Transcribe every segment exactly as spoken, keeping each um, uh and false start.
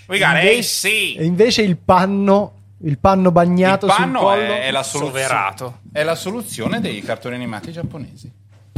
We got invece, A C. E invece il panno, il panno bagnato il panno sul collo è, è, la soverato. è la soluzione dei cartoni animati giapponesi.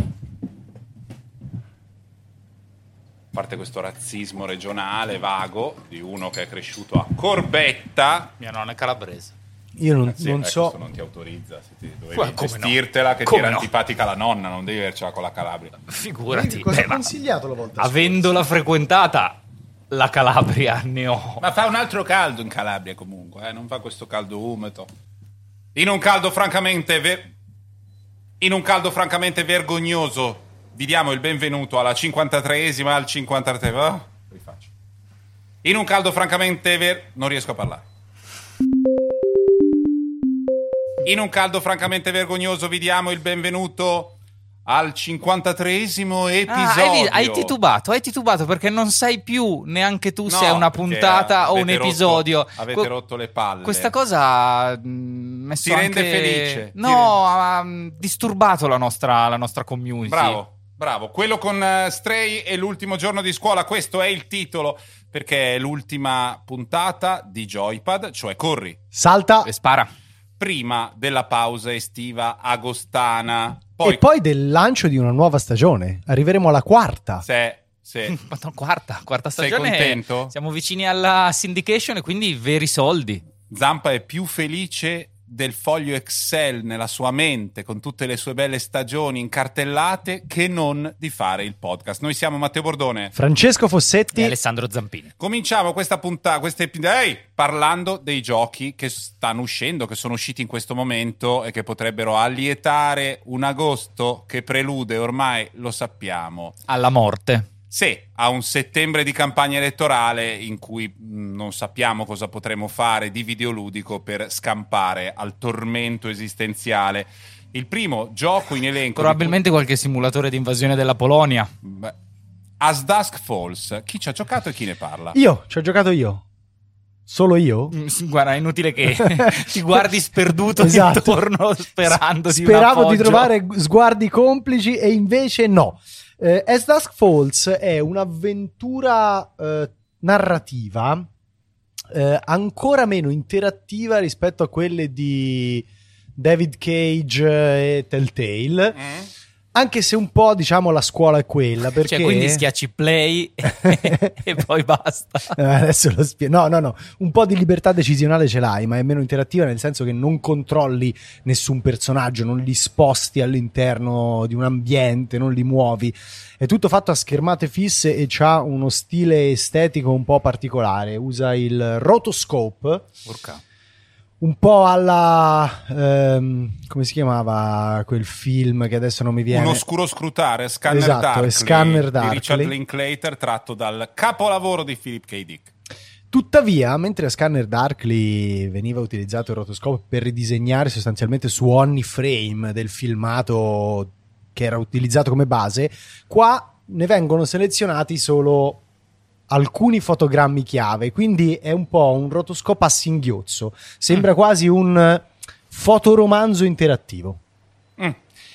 A parte questo razzismo regionale vago di uno che è cresciuto a Corbetta. Mia nonna è calabrese. Io non, Sì, non eh, so. questo non ti autorizza, se ti dovevi Come no? gestirtela che Come ti era no? antipatica la nonna, non devi avercela con la Calabria. Figurati. Cosa Beh, ho ma consigliato la volta avendola frequentata, la Calabria ne ho. Ma fa un altro caldo in Calabria comunque, eh? Non fa questo caldo umedo. In un caldo francamente ver- in un caldo francamente vergognoso vi diamo il benvenuto alla cinquantatreesima al cinquantatré. Oh, rifaccio. In un caldo francamente ver- non riesco a parlare. In un caldo francamente vergognoso vi diamo il benvenuto al cinquantatreesimo episodio. Ah, hai, hai titubato, hai titubato perché non sai più neanche tu No, se è una perché puntata o un avete episodio. rotto- avete Que- rotto le palle. Questa cosa ha messo Ti rende anche- felice, ti No, rende- ha mm, disturbato la nostra, la nostra community. Bravo, bravo. Quello con uh, Stray è l'ultimo giorno di scuola, questo è il titolo, perché è l'ultima puntata di Joypad, cioè corri, Salta E spara. prima della pausa estiva agostana. Poi, e poi del lancio di una nuova stagione. Arriveremo alla quarta. se, se Ma no, quarta, quarta Sei stagione. contento? Siamo vicini alla syndication e quindi veri soldi. Zampa è più felice del foglio Excel nella sua mente con tutte le sue belle stagioni incartellate che non di fare il podcast. Noi siamo Matteo Bordone. Francesco Fossetti. E Alessandro Zampini. Cominciamo questa puntata, queste, ehi, parlando dei giochi che stanno uscendo, che sono usciti in questo momento e che potrebbero allietare un agosto che prelude, ormai lo sappiamo. Alla morte. Sì, a un settembre di campagna elettorale in cui mh, non sappiamo cosa potremo fare di videoludico per scampare al tormento esistenziale. Il primo gioco in elenco... Probabilmente qualche simulatore di invasione della Polonia. Beh, As Dusk Falls. Chi ci ha giocato e chi ne parla? Io, ci ho giocato io. Solo io? Mm, Guarda, è inutile che ti guardi sperduto Esatto. intorno sperando di un Speravo di appoggio. trovare sguardi complici e invece no. Eh, As Dusk Falls è un'avventura eh, narrativa eh, ancora meno interattiva rispetto a quelle di David Cage e Telltale, Mm? anche se un po', diciamo, la scuola è quella, perché Cioè, quindi schiacci play e, e poi basta. Eh, adesso lo spiego. No, no, no. Un po' di libertà decisionale ce l'hai, ma è meno interattiva nel senso che non controlli nessun personaggio, non li sposti all'interno di un ambiente, non li muovi. È tutto fatto a schermate fisse e c'ha uno stile estetico un po' particolare. Usa il rotoscope, Urca. un po' alla ehm, come si chiamava quel film che adesso non mi viene. Un oscuro scrutare, Scanner Esatto, Darkly, è Scanner di Darkly. Richard Linklater, tratto dal capolavoro di Philip K. Dick. Tuttavia, mentre a Scanner Darkly veniva utilizzato il rotoscope per ridisegnare sostanzialmente su ogni frame del filmato che era utilizzato come base, qua ne vengono selezionati solo alcuni fotogrammi chiave, quindi è un po' un rotoscope a singhiozzo, sembra mm. quasi un fotoromanzo interattivo. Mm.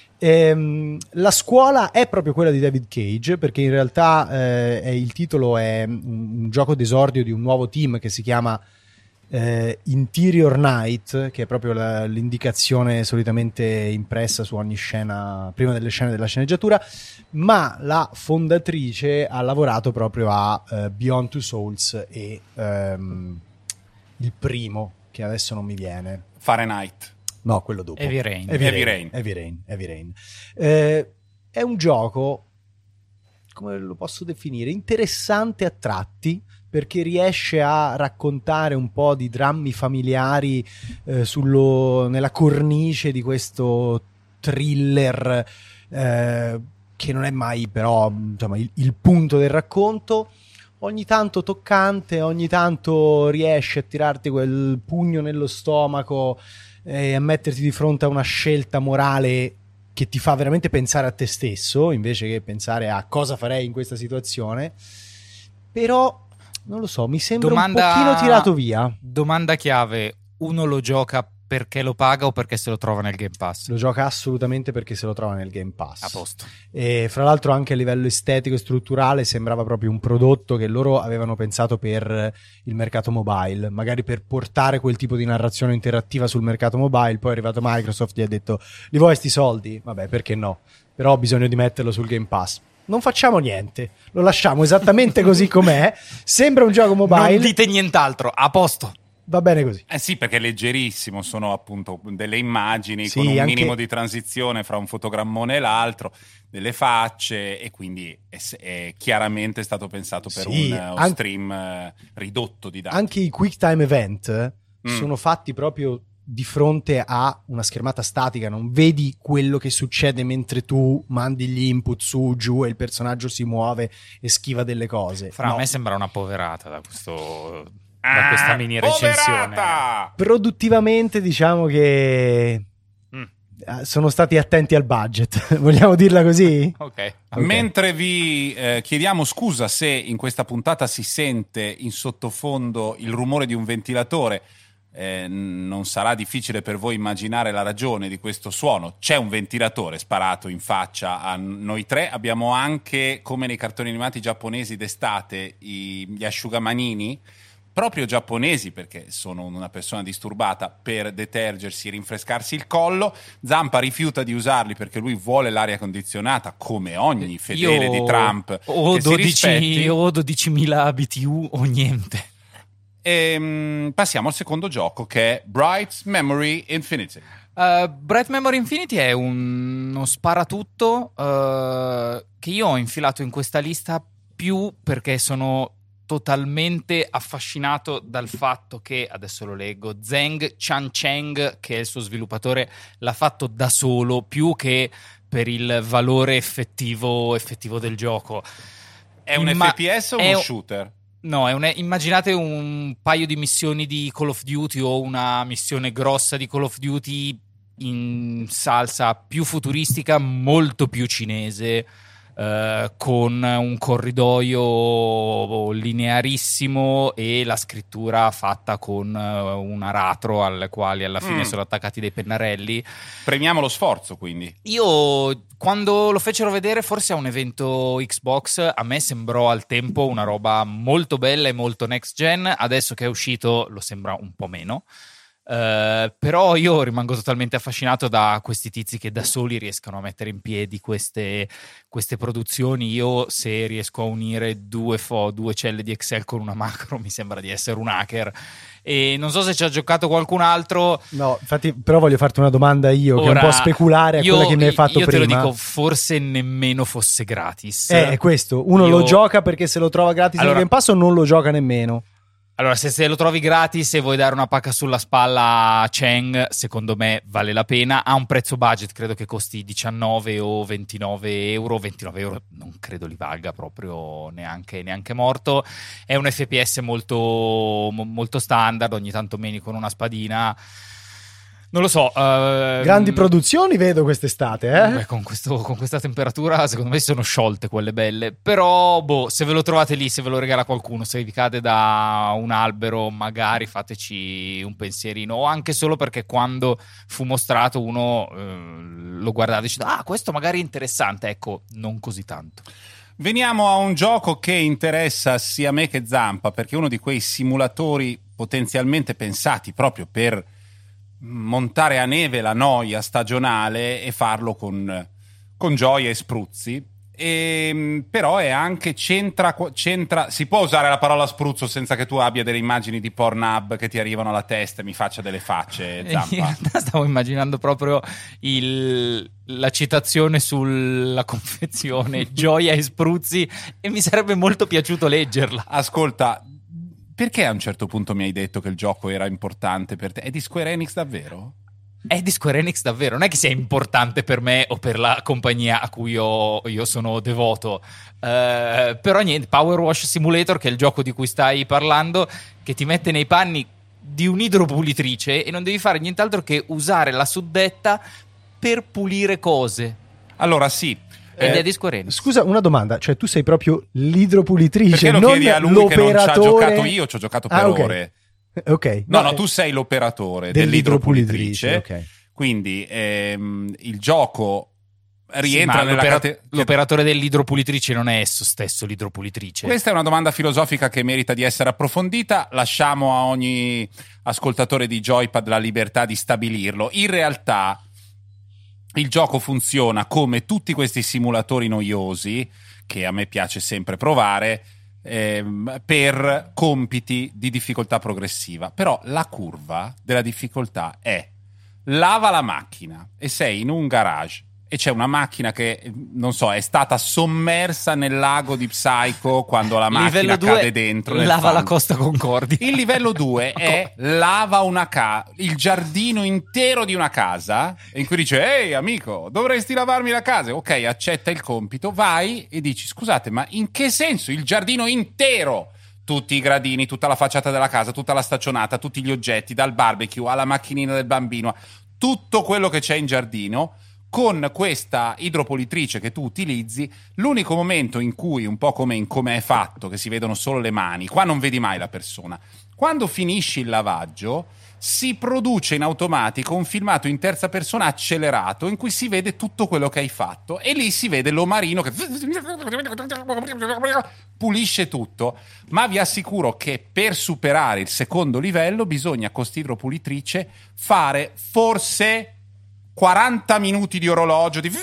Ehm, la scuola è proprio quella di David Cage, perché in realtà eh, è, il titolo è un, un gioco d'esordio di un nuovo team che si chiama eh, Interior Night, che è proprio la, l'indicazione solitamente impressa su ogni scena prima delle scene della sceneggiatura, ma la fondatrice ha lavorato proprio a uh, Beyond Two Souls e um, il primo che adesso non mi viene, Fahrenheit. no, quello dopo, Heavy Rain. Heavy Heavy Rain. Rain. Heavy Rain. Heavy Rain. Eh, è un gioco, come lo posso definire, interessante a tratti, perché riesce a raccontare un po' di drammi familiari eh, sullo, nella cornice di questo thriller eh, che non è mai però insomma, il, il punto del racconto. Ogni tanto toccante, ogni tanto riesce a tirarti quel pugno nello stomaco e a metterti di fronte a una scelta morale che ti fa veramente pensare a te stesso invece che pensare a cosa farei in questa situazione. Però non lo so, mi sembra Domanda- un pochino tirato via. Domanda chiave: uno lo gioca perché lo paga o perché se lo trova nel Game Pass? Lo gioca assolutamente perché se lo trova nel Game Pass. A posto. E fra l'altro anche a livello estetico e strutturale sembrava proprio un prodotto che loro avevano pensato per il mercato mobile, magari per portare quel tipo di narrazione interattiva sul mercato mobile. Poi è arrivato Microsoft e gli ha detto: li vuoi sti soldi? Vabbè, perché no? Però ho bisogno di metterlo sul Game Pass. Non facciamo niente, lo lasciamo esattamente così com'è. Sembra un gioco mobile. Non dite nient'altro, a posto. Va bene così. Eh sì, perché è leggerissimo, sono appunto delle immagini Sì, con un anche... minimo di transizione fra un fotogrammone e l'altro, delle facce, e quindi è, è chiaramente stato pensato per sì, un uh, an... stream uh, ridotto di dati. Anche i quick time event mm. sono fatti proprio di fronte a una schermata statica, non vedi quello che succede mentre tu mandi gli input su, giù e il personaggio si muove e schiva delle cose. Fra no. a me sembra una poverata da questo ah, da questa mini recensione. Poverata! Produttivamente diciamo che mm. sono stati attenti al budget, vogliamo dirla così? Ok. Okay. Mentre vi eh, chiediamo scusa se in questa puntata si sente in sottofondo il rumore di un ventilatore, Eh, non sarà difficile per voi immaginare la ragione di questo suono. C'è un ventilatore sparato in faccia a noi tre. Abbiamo anche, come nei cartoni animati giapponesi d'estate, i, gli asciugamanini proprio giapponesi, perché sono una persona disturbata, per detergersi e rinfrescarsi il collo. Zampa rifiuta di usarli perché lui vuole l'aria condizionata, come ogni fedele Io di Trump o che si rispetti. o dodicimila B T U o niente. E um, passiamo al secondo gioco, che è Bright Memory Infinity. Uh, Bright Memory Infinity è un, uno sparatutto uh, che io ho infilato in questa lista più perché sono totalmente affascinato dal fatto che, adesso lo leggo, Zheng Chancheng, che è il suo sviluppatore, l'ha fatto da solo, più che per il valore effettivo, effettivo del gioco. È un Ma F P S o è uno un... shooter? No, è un, immaginate un paio di missioni di Call of Duty o una missione grossa di Call of Duty in salsa più futuristica, molto più cinese, eh, con un corridoio linearissimo e la scrittura fatta con un aratro al quale alla fine mm. sono attaccati dei pennarelli. Premiamo lo sforzo, quindi. Io... Quando lo fecero vedere, forse a un evento Xbox, a me sembrò al tempo una roba molto bella e molto next gen. Adesso che è uscito lo sembra un po' meno. Uh, però io rimango totalmente affascinato da questi tizi che da soli riescano a mettere in piedi queste, queste produzioni. Io, se riesco a unire due, fo, due celle di Excel con una macro, mi sembra di essere un hacker. E non so se ci ha giocato qualcun altro. No, infatti, però voglio farti una domanda io, Ora, che è un po' speculare a io, quella che mi hai fatto io prima. Io te lo dico, forse nemmeno fosse gratis. Eh, è questo. Uno io... lo gioca perché se lo trova gratis allora, nel Game Pass o non lo gioca nemmeno? Allora, se, se lo trovi gratis e vuoi dare una pacca sulla spalla a Cheng, secondo me vale la pena. Ha un prezzo budget, credo che costi diciannove o ventinove euro. ventinove euro non credo li valga proprio neanche, neanche morto. È un F P S molto, molto standard, ogni tanto meni con una spadina. Non lo so. Uh, Grandi produzioni vedo quest'estate, eh? Beh, con, questo, con questa temperatura secondo me si sono sciolte quelle belle. Però, boh, se ve lo trovate lì, se ve lo regala qualcuno, se vi cade da un albero, magari fateci un pensierino. O anche solo perché quando fu mostrato uno uh, lo guardava dicendo: ah, questo magari è interessante. Ecco, non così tanto. Veniamo a un gioco che interessa sia me che Zampa, perché è uno di quei simulatori potenzialmente pensati proprio per montare a neve la noia stagionale e farlo con, con gioia e spruzzi. E, però è anche centra, centra si può usare la parola spruzzo senza che tu abbia delle immagini di Pornhub che ti arrivano alla testa e mi faccia delle facce, Zampa? In realtà stavo immaginando proprio il, la citazione sulla confezione gioia e spruzzi e mi sarebbe molto piaciuto leggerla. Ascolta, perché a un certo punto mi hai detto che il gioco era importante per te? È di Square Enix davvero? È di Square Enix davvero, non è che sia importante per me o per la compagnia a cui io, io sono devoto. Uh, però niente, Power Wash Simulator, che è il gioco di cui stai parlando, che ti mette nei panni di un'idropulitrice e non devi fare nient'altro che usare la suddetta per pulire cose. Allora sì. Ed Eh, è di Square Enix. Scusa, una domanda, cioè tu sei proprio l'idropulitrice, perché lo non chiedi a lui che non ci ha l'operatore? giocato io, ci ho giocato per Ah, ok. ore. Ok. No, no, no, tu sei l'operatore dell'idropulitrice, dell'idropulitrice, ok. quindi ehm, il gioco rientra Sì, ma nella l'opera- cate- l'operatore dell'idropulitrice non è esso stesso l'idropulitrice. Questa è una domanda filosofica che merita di essere approfondita. Lasciamo a ogni ascoltatore di Joypad la libertà di stabilirlo. In realtà il gioco funziona come tutti questi simulatori noiosi, che a me piace sempre provare, ehm, per compiti di difficoltà progressiva. Però la curva della difficoltà è: lava la macchina e sei in un garage e c'è una macchina che, non so, è stata sommersa nel lago di Psycho quando la macchina Livello due, cade dentro nel lava la fango. Costa Concordia. Il livello due è lava una ca- il giardino intero di una casa, in cui dice: ehi amico, dovresti lavarmi la casa. Ok, accetta il compito, vai e dici: scusate, ma in che senso il giardino intero? Tutti i gradini, tutta la facciata della casa, tutta la staccionata, tutti gli oggetti, dal barbecue alla macchinina del bambino, tutto quello che c'è in giardino. Con questa idropulitrice che tu utilizzi, l'unico momento in cui, un po' come in Come è fatto, che si vedono solo le mani, qua non vedi mai la persona, quando finisci il lavaggio si produce in automatico un filmato in terza persona accelerato in cui si vede tutto quello che hai fatto, e lì si vede l'omarino che pulisce tutto. Ma vi assicuro che per superare il secondo livello bisogna con quest'idropulitrice fare forse quaranta minuti di orologio di...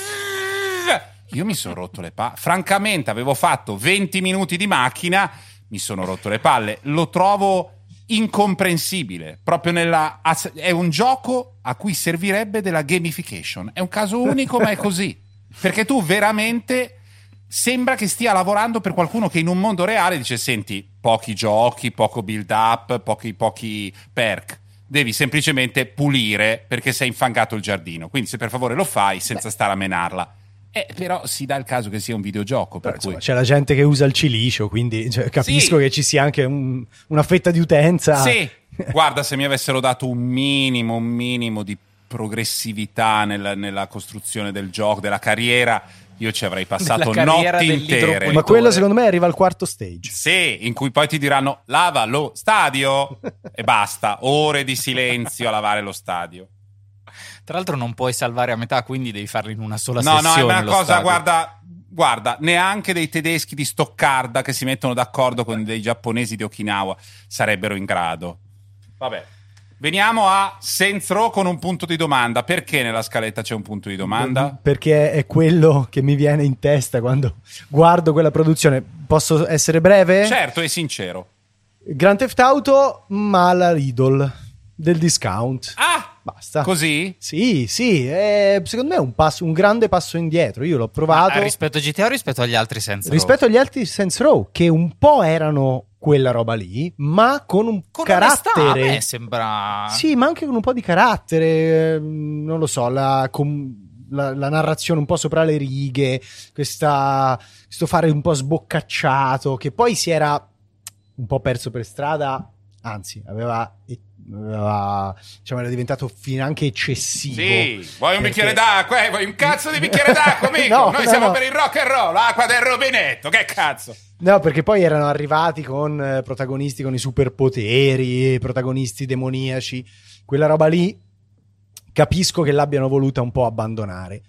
Io mi sono rotto le palle. Francamente, avevo fatto venti minuti di macchina, mi sono rotto le palle. Lo trovo incomprensibile. Proprio nella... È un gioco a cui servirebbe della gamification. È un caso unico, ma è così. Perché tu veramente sembra che stia lavorando per qualcuno che in un mondo reale dice: senti, pochi giochi, poco build up, pochi, pochi perk. Devi semplicemente pulire perché sei infangato il giardino. Quindi se per favore lo fai senza Beh. stare a menarla. Eh, però si dà il caso che sia un videogioco. Per però, cui... insomma, c'è la gente che usa il cilicio, quindi cioè, capisco sì. che ci sia anche un, una fetta di utenza. Sì, guarda, se mi avessero dato un minimo, un minimo di progressività nella, nella costruzione del gioco, della carriera, io ci avrei passato notti intere. Ma quello secondo me arriva al quarto stage. Sì, in cui poi ti diranno: lava lo stadio e basta, ore di silenzio a lavare lo stadio. Tra l'altro non puoi salvare a metà, quindi devi farlo in una sola no, sessione. No, no, è una cosa, stadio. guarda, guarda, neanche dei tedeschi di Stoccarda che si mettono d'accordo con dei giapponesi di Okinawa sarebbero in grado. Vabbè. Veniamo a Saints Row con un punto di domanda. Perché nella scaletta c'è un punto di domanda? Perché è quello che mi viene in testa quando guardo quella produzione. Posso essere breve? Certo, e sincero. Grand Theft Auto, ma la Riddle del discount. Ah! Basta. Così? Sì, sì. È, secondo me è un, passo, un grande passo indietro. Io l'ho provato. Ma rispetto a G T A o rispetto agli altri Saints Row? Rispetto agli altri Saints Row, che un po' erano quella roba lì, ma con un con carattere. Onestà, a me sembra. Sì, ma anche con un po' di carattere. Non lo so, la, com... la, la narrazione un po' sopra le righe, questa... questo fare un po' sboccacciato, che poi si era un po' perso per strada. Anzi, aveva. aveva diciamo, era diventato fino anche eccessivo. Sì, vuoi un perché... bicchiere d'acqua? Eh? Vuoi un cazzo di bicchiere d'acqua, amico? no, Noi no, siamo no. per il rock and roll, acqua del rubinetto, che cazzo? No, perché poi erano arrivati con eh, protagonisti con i superpoteri, protagonisti demoniaci, quella roba lì capisco che l'abbiano voluta un po' abbandonare.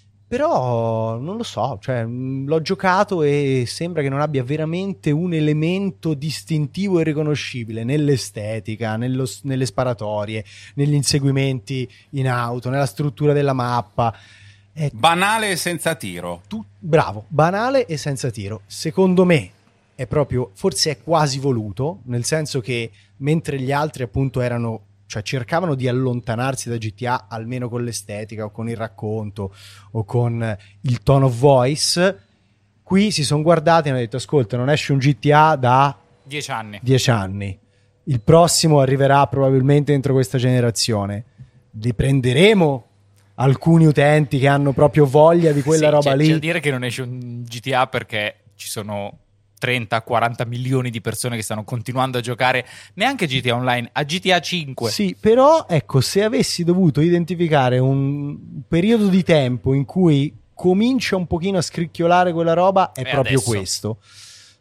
Però non lo so, cioè mh, l'ho giocato e sembra che non abbia veramente un elemento distintivo e riconoscibile nell'estetica, nello, nelle sparatorie, negli inseguimenti in auto, nella struttura della mappa. È banale e senza tiro. Tu, bravo, banale e senza tiro. Secondo me è proprio, forse è quasi voluto, nel senso che mentre gli altri appunto erano, cioè cercavano di allontanarsi da G T A almeno con l'estetica o con il racconto o con il tone of voice, qui si sono guardati e hanno detto: ascolta, non esce un G T A da dieci anni. dieci anni, il prossimo arriverà probabilmente entro questa generazione, li prenderemo alcuni utenti che hanno proprio voglia di quella sì, roba c'è, lì. C'è da dire che non esce un G T A perché ci sono trenta quaranta milioni di persone che stanno continuando a giocare neanche G T A Online, a G T A cinque. Sì, però ecco, se avessi dovuto identificare un periodo di tempo in cui comincia un pochino a scricchiolare quella roba, è e proprio adesso? questo.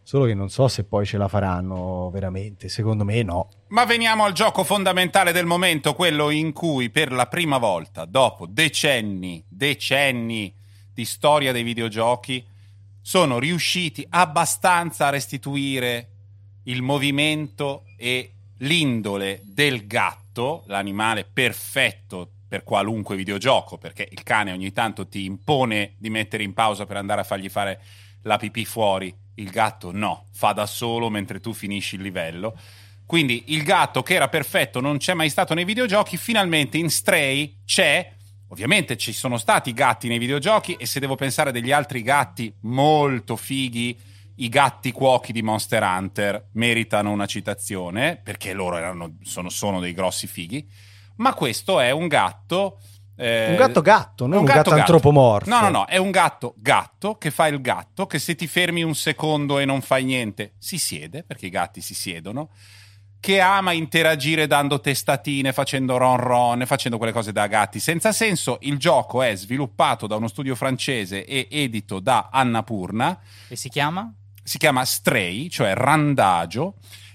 Solo che non so se poi ce la faranno veramente, secondo me no. Ma veniamo al gioco fondamentale del momento, quello in cui per la prima volta, dopo decenni, decenni di storia dei videogiochi, sono riusciti abbastanza a restituire il movimento e l'indole del gatto, l'animale perfetto per qualunque videogioco, perché il cane ogni tanto ti impone di mettere in pausa per andare a fargli fare la pipì fuori, il gatto no, fa da solo mentre tu finisci il livello. Quindi il gatto che era perfetto, non c'è mai stato nei videogiochi, finalmente in Stray c'è. Ovviamente ci sono stati gatti nei videogiochi, e se devo pensare degli altri gatti molto fighi, i gatti cuochi di Monster Hunter meritano una citazione, perché loro erano, sono, sono dei grossi fighi. Ma questo è un gatto... Eh, un gatto gatto, non un, un gatto, gatto antropomorfo. No, no, no, è un gatto gatto che fa il gatto, che se ti fermi un secondo e non fai niente, si siede, perché i gatti si siedono, che ama interagire dando testatine, facendo ron ron, facendo quelle cose da gatti senza senso. Il gioco è sviluppato da uno studio francese e edito da Annapurna. E si chiama? Si chiama Stray, cioè randagio,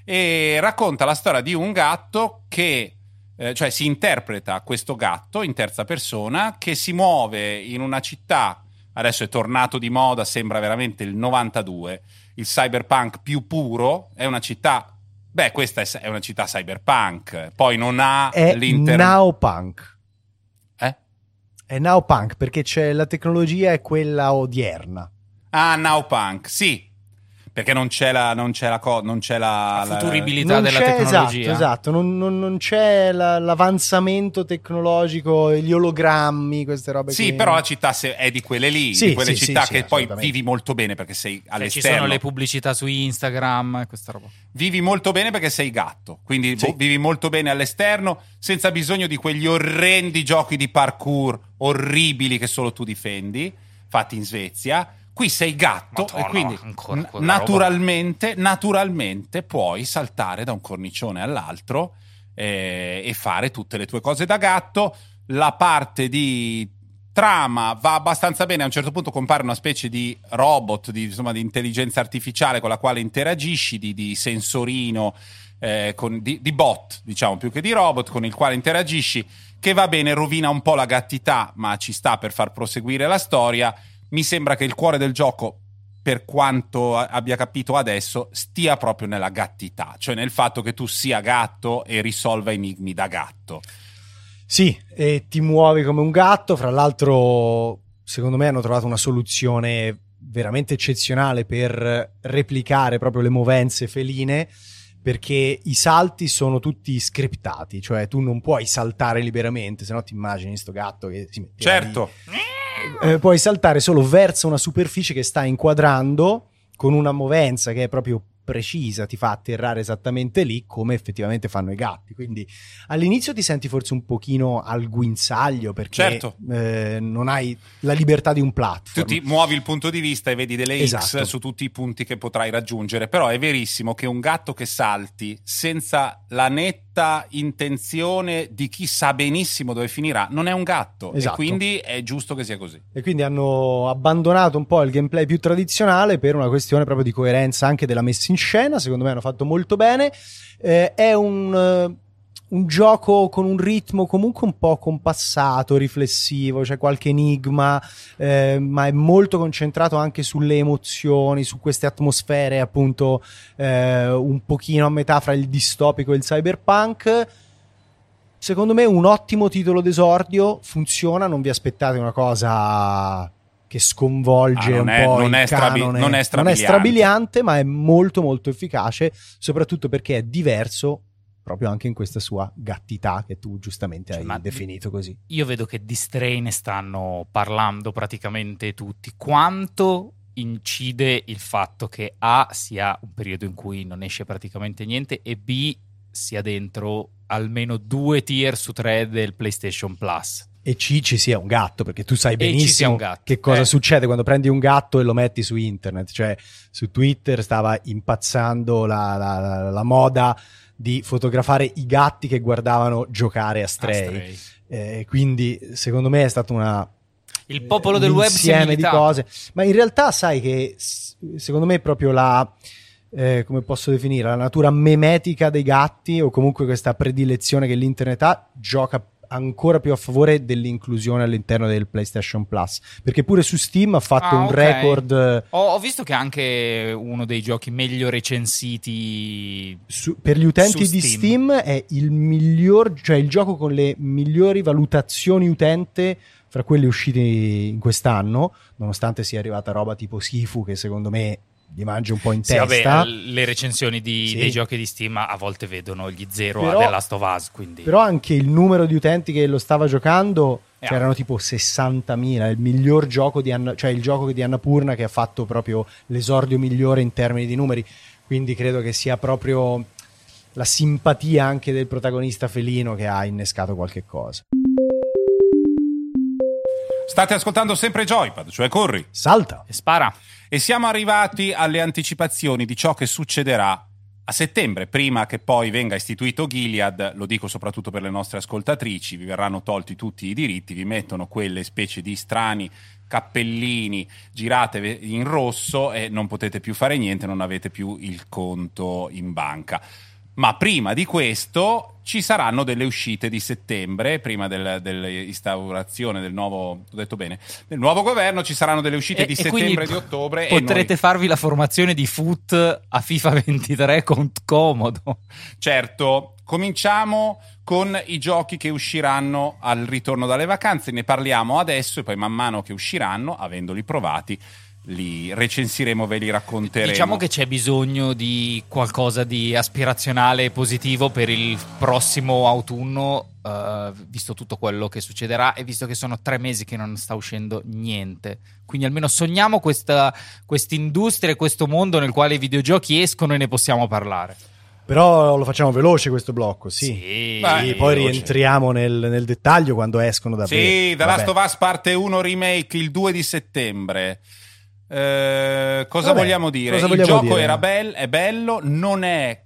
e racconta la storia di un gatto che... Eh, cioè si interpreta questo gatto in terza persona che si muove in una città, adesso è tornato di moda, sembra veramente il novantadue, il cyberpunk più puro, è una città, beh questa è, è una città cyberpunk, poi non ha è l'inter... Nowpunk. Eh? È Nowpunk perché c'è la tecnologia è quella odierna. Ah, Nowpunk, sì. Perché non c'è la, non c'è la, co- non c'è la, la futuribilità la... della c'è, tecnologia. Esatto, esatto. Non, non, non c'è la, l'avanzamento tecnologico, gli ologrammi, queste robe. Sì, qui. però la città è di quelle lì, sì, di quelle sì, città sì, che sì, poi vivi molto bene perché sei all'esterno. Cioè, ci sono le pubblicità su Instagram e questa roba. Vivi molto bene perché sei gatto, quindi sì. vivi molto bene all'esterno senza bisogno di quegli orrendi giochi di parkour orribili che solo tu difendi, fatti in Svezia. Qui sei gatto. Madonna, e quindi n- naturalmente, naturalmente puoi saltare da un cornicione all'altro eh, e fare tutte le tue cose da gatto. La parte di trama va abbastanza bene. A un certo punto compare una specie di robot, di, insomma, di intelligenza artificiale con la quale interagisci, di, di sensorino, eh, con, di, di bot, diciamo, più che di robot, con il quale interagisci, che va bene, rovina un po' la gattità, ma ci sta per far proseguire la storia. Mi sembra che il cuore del gioco, per quanto abbia capito adesso, stia proprio nella gattità, cioè nel fatto che tu sia gatto e risolva enigmi da gatto. Sì, e ti muovi come un gatto. Fra l'altro, secondo me hanno trovato una soluzione veramente eccezionale per replicare proprio le movenze feline, perché i salti sono tutti scriptati, cioè tu non puoi saltare liberamente, se no ti immagini sto gatto che si mette certo lì. Eh, puoi saltare solo verso una superficie che sta inquadrando con una movenza che è proprio precisa, ti fa atterrare esattamente lì come effettivamente fanno i gatti. Quindi all'inizio ti senti forse un pochino al guinzaglio perché certo. eh, non hai la libertà di un platform. Tu ti muovi il punto di vista e vedi delle esatto. X su tutti i punti che potrai raggiungere, però è verissimo che un gatto che salti senza la netta intenzione di chi sa benissimo dove finirà non è un gatto, esatto. E quindi è giusto che sia così. E quindi hanno abbandonato un po' il gameplay più tradizionale per una questione proprio di coerenza anche della messa in scena. Secondo me hanno fatto molto bene. Eh, è un, uh, un gioco con un ritmo comunque un po' compassato, riflessivo, c'è qualche enigma, eh, ma è molto concentrato anche sulle emozioni, su queste atmosfere appunto eh, un pochino a metà fra il distopico e il cyberpunk. Secondo me un ottimo titolo d'esordio, funziona, non vi aspettate una cosa che sconvolge ah, un è, po' non il è strabi- canone. non è strabiliante. Non è strabiliante, ma è molto molto efficace, soprattutto perché è diverso proprio anche in questa sua gattità che tu giustamente hai ma definito così. Io vedo che di Stray ne stanno parlando praticamente tutti. Quanto incide il fatto che A sia un periodo in cui non esce praticamente niente e B sia dentro almeno due tier su tre del PlayStation Plus? E C ci sia un gatto, perché tu sai E ci sia benissimo un gatto. che cosa Eh. succede quando prendi un gatto e lo metti su internet. Cioè su Twitter stava impazzando la, la, la, la moda di fotografare i gatti che guardavano giocare a Stray, A Stray. Eh, quindi secondo me è stata una Il popolo del web si è insieme di militato. cose, ma in realtà sai che s- secondo me proprio la eh, come posso definire, la natura memetica dei gatti, o comunque questa predilezione che l'internet ha, gioca ancora più a favore dell'inclusione all'interno del PlayStation Plus, perché pure su Steam ha fatto Ah, un ok. record. Ho, ho visto che è anche uno dei giochi meglio recensiti. Su- per gli utenti Su di Steam. Steam è il miglior, cioè il gioco con le migliori valutazioni utente fra quelli usciti in quest'anno, nonostante sia arrivata roba tipo Sifu, che secondo me gli mangia un po' in Sì, testa. vabbè, le recensioni di- Sì. dei giochi di Steam a volte vedono gli zero Però- a The Last of Us, quindi Però anche il numero di utenti che lo stava giocando, Eh, cioè, erano tipo sessantamila, il miglior gioco di Anna, cioè il gioco di Annapurna che ha fatto proprio l'esordio migliore in termini di numeri, quindi credo che sia proprio la simpatia anche del protagonista felino che ha innescato qualche cosa. State ascoltando sempre Joypad, cioè Corri. Salta! E spara. E siamo arrivati alle anticipazioni di ciò che succederà a settembre, prima che poi venga istituito Gilead. Lo dico soprattutto per le nostre ascoltatrici: vi verranno tolti tutti i diritti, vi mettono quelle specie di strani cappellini girate in rosso e non potete più fare niente, non avete più il conto in banca. Ma prima di questo ci saranno delle uscite di settembre, prima del- dell'instaurazione del nuovo, ho detto bene, del nuovo governo. Ci saranno delle uscite E- di e settembre e quindi di ottobre. Potrete e noi, farvi la formazione di foot a FIFA ventitré con comodo. certo, cominciamo con i giochi che usciranno al ritorno dalle vacanze. Ne parliamo adesso e poi man mano che usciranno, avendoli provati, li recensiremo, ve li racconteremo. Diciamo che c'è bisogno di qualcosa di aspirazionale e positivo per il prossimo autunno, eh, visto tutto quello che succederà e visto che sono tre mesi che non sta uscendo niente. Quindi almeno sogniamo questa industria e questo mondo nel quale i videogiochi escono e ne possiamo parlare. Però lo facciamo veloce questo blocco, sì. Sì, Beh, Sì, poi veloce. rientriamo nel, nel dettaglio quando escono davvero. Sì, The Last Vabbè. of Us parte uno remake il due di settembre. Eh, cosa Vabbè, vogliamo dire? cosa Il vogliamo gioco dire? era bel- è bello, non è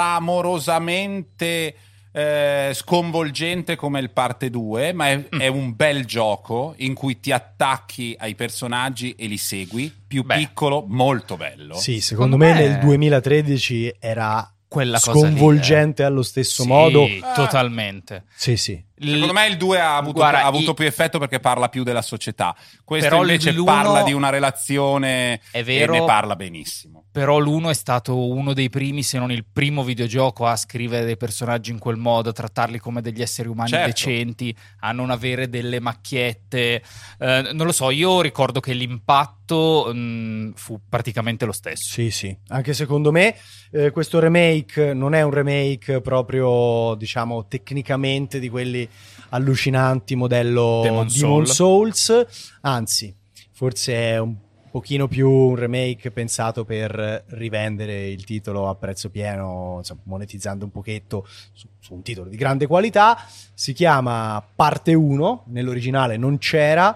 clamorosamente eh, sconvolgente come il parte due, ma è, Mm. è un bel gioco in cui ti attacchi ai personaggi e li segui. Più Beh. piccolo, molto bello. Sì, secondo, Secondo me, me nel duemilatredici era quella cosa lì, sconvolgente allo stesso Sì, modo. totalmente. Sì, sì. Secondo me il due ha avuto, Guarda, ha avuto i- più effetto perché parla più della società. Questo Però invece l'uno- parla di una relazione È vero. e ne parla benissimo. Però l'uno è stato uno dei primi, se non il primo videogioco a scrivere dei personaggi in quel modo, a trattarli come degli esseri umani Certo. decenti, a non avere delle macchiette. Eh, non lo so, io ricordo che l'impatto mh, fu praticamente lo stesso. Sì, sì. Anche secondo me eh, questo remake non è un remake proprio, diciamo, tecnicamente di quelli allucinanti modello Demon Demon Soul. Souls, anzi, forse è un pochino più un remake pensato per rivendere il titolo a prezzo pieno, insomma, monetizzando un pochetto su, su un titolo di grande qualità. Si chiama Parte uno, nell'originale non c'era.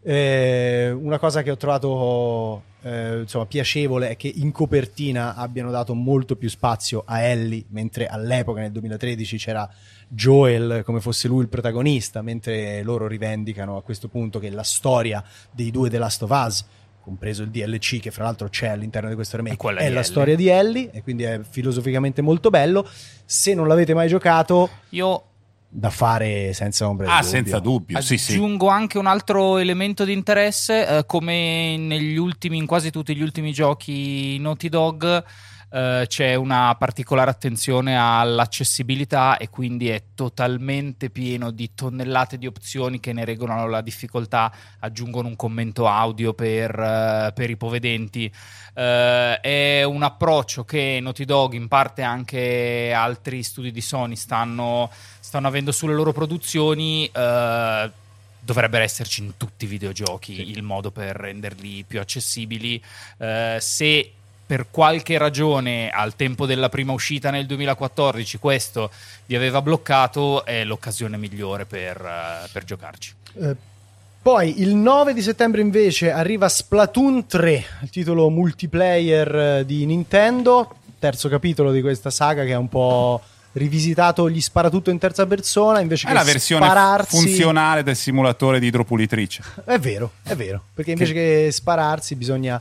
Eh, una cosa che ho trovato eh, insomma piacevole è che in copertina abbiano dato molto più spazio a Ellie, mentre all'epoca nel duemilatredici c'era Joel come fosse lui il protagonista, mentre loro rivendicano a questo punto che la storia dei due The Last of Us, compreso il D L C che fra l'altro c'è all'interno di questo È remake, quella è di la Ellie. storia di Ellie, e quindi è filosoficamente molto bello. Se non l'avete mai giocato, Io da fare senza ombra di Ah, dubbio. senza dubbio, sì, sì. aggiungo anche un altro elemento di interesse, eh, come negli ultimi, in quasi tutti gli ultimi giochi Naughty Dog, eh, c'è una particolare attenzione all'accessibilità e quindi è totalmente pieno di tonnellate di opzioni che ne regolano la difficoltà, aggiungono un commento audio per, eh, per i povedenti. Eh, è un approccio che Naughty Dog, in parte anche altri studi di Sony stanno, stanno avendo sulle loro produzioni. eh, Dovrebbero esserci in tutti i videogiochi Sì. il modo per renderli più accessibili. Eh, se per qualche ragione al tempo della prima uscita nel duemilaquattordici questo vi aveva bloccato, è l'occasione migliore per, eh, per giocarci. Eh, poi il nove di settembre invece arriva Splatoon tre, il titolo multiplayer eh, di Nintendo, terzo capitolo di questa saga che ha un po' rivisitato gli sparatutto in terza persona invece È che la versione spararsi. funzionale del simulatore di idropulitrice. È vero, è vero, perché invece che spararsi bisogna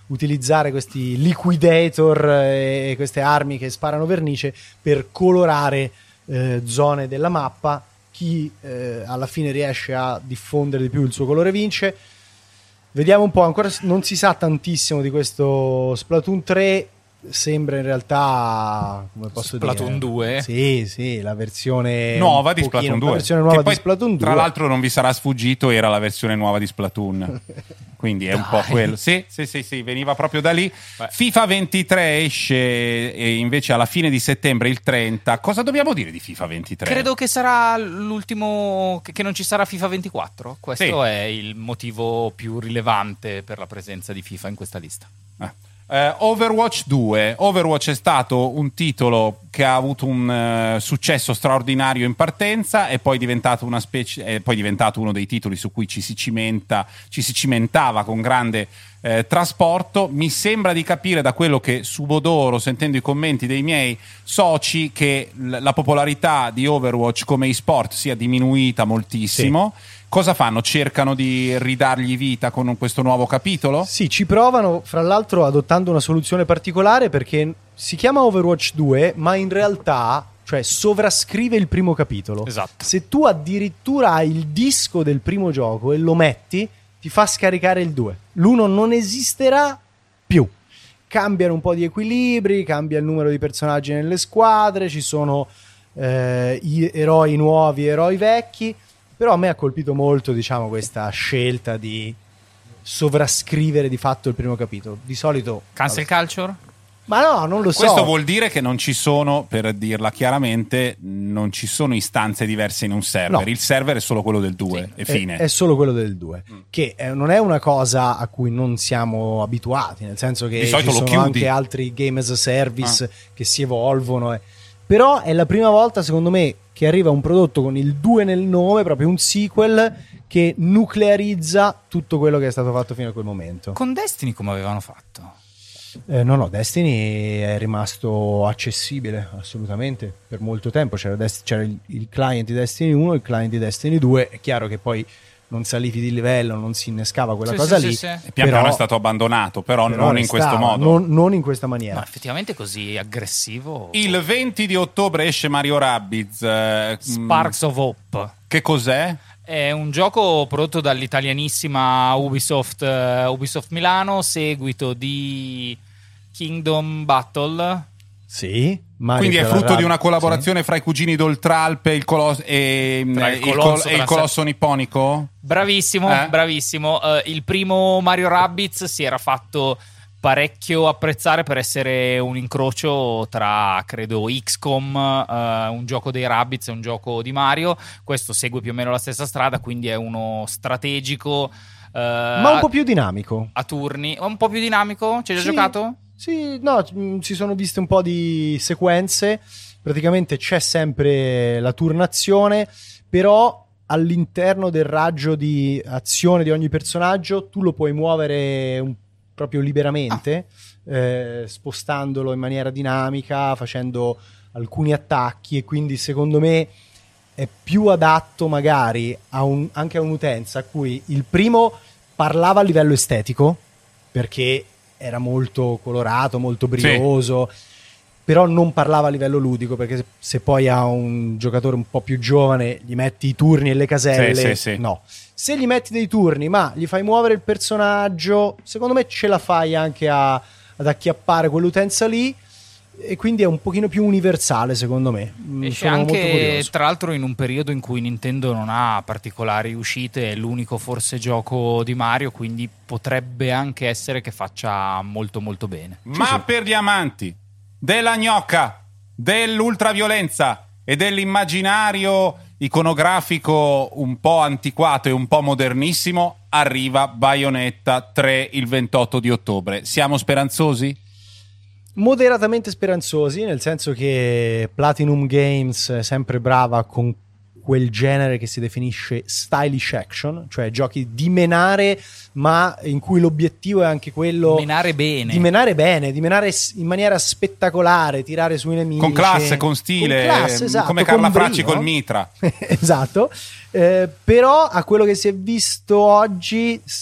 utilizzare questi liquidator e queste armi che sparano vernice per colorare eh, zone della mappa. Chi eh, alla fine riesce a diffondere di più il suo colore vince. Vediamo un po', ancora non si sa tantissimo di questo Splatoon tre. Sembra in realtà, come posso Splatoon dire, due. Sì, sì, la versione nuova di pochino, Splatoon due. La versione nuova che poi, di Splatoon due. Tra l'altro non vi sarà sfuggito, era la versione nuova di Splatoon. Quindi è Dai. un po' quello. Sì, sì, sì, sì, veniva proprio da lì. Beh. FIFA ventitré esce e invece alla fine di settembre, il trenta. Cosa dobbiamo dire di FIFA ventitré? Credo che sarà l'ultimo, che, che non ci sarà FIFA ventiquattro. Questo Sì. è il motivo più rilevante per la presenza di FIFA in questa lista. Ah. Uh, Overwatch due. Overwatch è stato un titolo che ha avuto un uh, successo straordinario in partenza e poi è diventato una specie, è poi diventato uno dei titoli su cui ci si cimenta, ci si cimentava con grande eh, trasporto. Mi sembra di capire da quello che subodoro, sentendo i commenti dei miei soci, che l- la popolarità di Overwatch come e-sport sia diminuita moltissimo. Sì. Cosa fanno? Cercano di ridargli vita con questo nuovo capitolo? Sì, ci provano, fra l'altro adottando una soluzione particolare, perché si chiama Overwatch due, ma in realtà, cioè, sovrascrive il primo capitolo. Esatto. Se tu addirittura hai il disco del primo gioco e lo metti, ti fa scaricare il due. L'uno non esisterà più. Cambiano un po' di equilibri, cambia il numero di personaggi nelle squadre, ci sono eh, i eroi nuovi, eroi vecchi. Però a me ha colpito molto, diciamo, questa scelta di sovrascrivere di fatto il primo capitolo. Di solito Cancel vabbè. culture? Ma no, non lo so. Questo vuol dire che non ci sono, per dirla chiaramente, non ci sono istanze diverse in un server. No. Il server è solo quello del due Sì, e fine. È, è solo quello del due, Mm. che eh, non è una cosa a cui non siamo abituati, nel senso che Di solito ci lo sono chiudi. anche altri game as a service Ah. che si evolvono. eh. Però è la prima volta, secondo me, che arriva un prodotto con il due nel nome, proprio un sequel che nuclearizza tutto quello che è stato fatto fino a quel momento. Con Destiny come avevano fatto? Eh, no, no, Destiny è rimasto accessibile assolutamente per molto tempo. C'era, Dest- c'era il, il client di Destiny uno, il client di Destiny due. È chiaro che poi non salivi di livello, non si innescava quella Sì, cosa sì, lì. sì, sì. E pian piano è stato abbandonato, però, però non in restava, questo modo. Non, non in questa maniera. No, effettivamente così aggressivo. Il venti di ottobre esce Mario Rabbids. eh, Sparks of Hope. Che cos'è? È un gioco prodotto dall'italianissima Ubisoft, eh, Ubisoft Milano, seguito di Kingdom Battle. Sì, Mario Quindi è Cavarra- frutto di una collaborazione sì. fra i cugini d'Oltralpe e il, colos- e, Tra eh, il il colosso, col- e il tra colosso nipponico? Bravissimo, Eh? bravissimo. Eh, il primo Mario Rabbids si era fatto parecchio apprezzare per essere un incrocio tra, credo, X COM, eh, un gioco dei Rabbids e un gioco di Mario. Questo segue più o meno la stessa strada, quindi è uno strategico, eh, Ma un po' più dinamico. a turni. Un po' più dinamico? Ci hai già Sì. giocato? Sì, no, mh, si sono viste un po' di sequenze. Praticamente c'è sempre la turnazione, però all'interno del raggio di azione di ogni personaggio tu lo puoi muovere un- proprio liberamente, eh, spostandolo in maniera dinamica, facendo alcuni attacchi, e quindi secondo me è più adatto magari a un- anche a un'utenza a cui il primo parlava a livello estetico, perché era molto colorato, molto brioso, però non parlava a livello ludico, perché se, se poi a un giocatore un po' più giovane gli metti i turni e le caselle, Sì, sì, sì. no. Se gli metti dei turni ma gli fai muovere il personaggio, secondo me ce la fai anche a- ad acchiappare quell'utenza lì, e quindi è un pochino più universale, secondo me. Mm, Esce sono molto anche, curioso. tra l'altro, in un periodo in cui Nintendo non ha particolari uscite, è l'unico forse gioco di Mario, quindi potrebbe anche essere che faccia molto molto bene. Ma sì. per gli amanti della gnocca, dell'ultraviolenza e dell'immaginario iconografico un po' antiquato e un po' modernissimo, arriva Bayonetta tre il ventotto di ottobre. Siamo speranzosi? Moderatamente speranzosi, nel senso che Platinum Games è sempre brava con quel genere che si definisce stylish action, cioè giochi di menare, ma in cui l'obiettivo è anche quello Menare bene. di menare bene, di menare s- in maniera spettacolare, tirare sui nemici Con classe, con stile, con classe, esatto, come con Carla brio. Fracci col mitra. Esatto. Eh, però a quello che si è visto oggi s-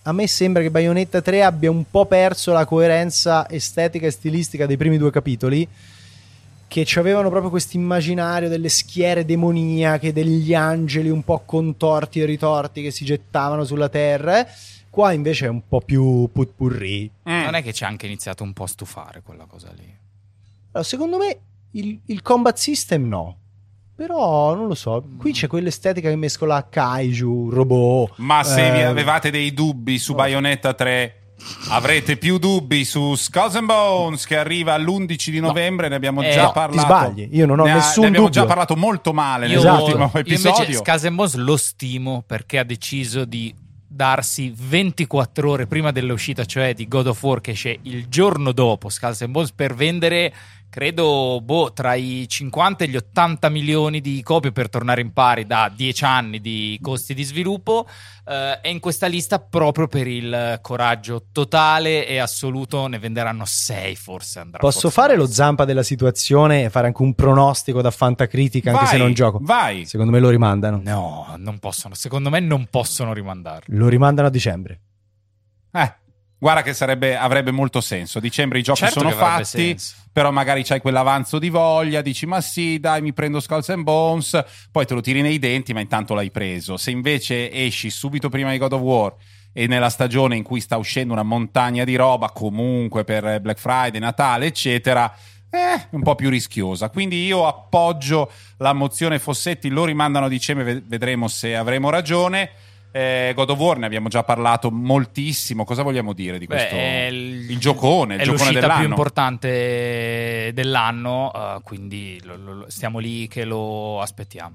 a me sembra che Bayonetta tre abbia un po' perso la coerenza estetica e stilistica dei primi due capitoli, che ci avevano proprio questo immaginario delle schiere demoniache, degli angeli un po' contorti e ritorti che si gettavano sulla terra. eh. Qua invece è un po' più putpurri. Mm. Non è che ci ha anche iniziato un po' a stufare quella cosa lì? Allora, secondo me il, il combat system no. Però non lo so, qui c'è quell'estetica che mescola kaiju, robot. Ma se eh, vi avevate dei dubbi su no. Bayonetta tre, avrete più dubbi su Skulls and Bones, che arriva l'undici di novembre. No. Ne abbiamo eh, già no, parlato. Ti sbagli, io non ho ne nessun ha, ne abbiamo dubbio. già parlato molto male Io, nell'ultimo esatto. episodio. Io invece Skulls and Bones lo stimo perché ha deciso di darsi ventiquattro ore prima dell'uscita, cioè di God of War che esce il giorno dopo Skulls and Bones, per vendere credo boh, tra i cinquanta e gli ottanta milioni di copie per tornare in pari da dieci anni di costi di sviluppo. Eh, è in questa lista proprio per il coraggio totale e assoluto. Ne venderanno sei forse. Andrà Posso forse fare messo. lo zampa della situazione e fare anche un pronostico da fantacritica, anche Vai, se non gioco? vai. Secondo me lo rimandano. No, non possono. Secondo me non possono rimandarlo. Lo rimandano a dicembre. Eh, guarda che sarebbe, avrebbe molto senso. A dicembre i giochi Certo sono che avrebbe fatti, senso. però magari c'hai quell'avanzo di voglia, dici ma sì, dai, mi prendo Skulls and Bones, poi te lo tiri nei denti, ma intanto l'hai preso. Se invece esci subito prima di God of War e nella stagione in cui sta uscendo una montagna di roba, comunque per Black Friday, Natale, eccetera, è un po' più rischiosa. Quindi io appoggio la mozione Fossetti, lo rimandano a dicembre, vedremo se avremo ragione. Eh, God of War ne abbiamo già parlato moltissimo. Cosa vogliamo dire di questo? Beh, è il, il giocone, il è giocone l'uscita dell'anno. più importante dell'anno, uh, quindi lo, lo, stiamo lì che lo aspettiamo.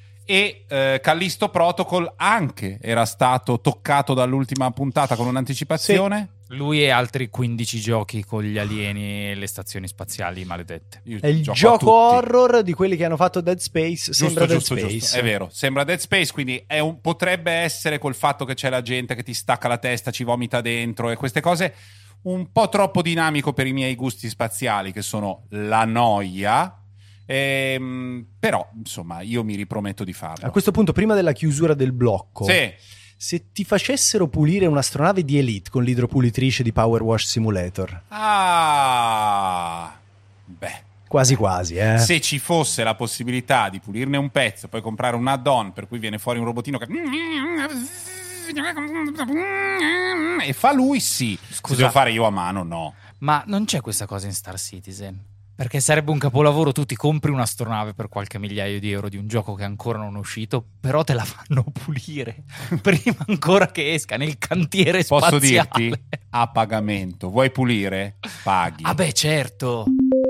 E eh, Callisto Protocol anche era stato toccato dall'ultima puntata con un'anticipazione. Lui e altri quindici giochi con gli alieni e le stazioni spaziali maledette. Io È il gioco a gioco tutti. horror di quelli che hanno fatto Dead Space. Giusto, Sembra giusto, Dead giusto. Space. È vero, sembra Dead Space, quindi è un, potrebbe essere col fatto che c'è la gente che ti stacca la testa, ci vomita dentro e queste cose, un po' troppo dinamico per i miei gusti spaziali, che sono la noia. Ehm, però, insomma, io mi riprometto di farlo. A questo punto, prima della chiusura del blocco, Sì. se ti facessero pulire un'astronave di Elite con l'idropulitrice di Power Wash Simulator, Ah, beh. quasi quasi, eh. Se ci fosse la possibilità di pulirne un pezzo, poi comprare un add-on per cui viene fuori un robotino che e fa lui, sì. Scusa. Se devo fare io a mano, no. Ma non c'è questa cosa in Star Citizen? Perché sarebbe un capolavoro, tu ti compri un'astronave per qualche migliaio di euro di un gioco che ancora non è uscito, però te la fanno pulire prima ancora che esca nel cantiere Posso spaziale. dirti? A pagamento. Vuoi pulire? Paghi. Ah beh, certo.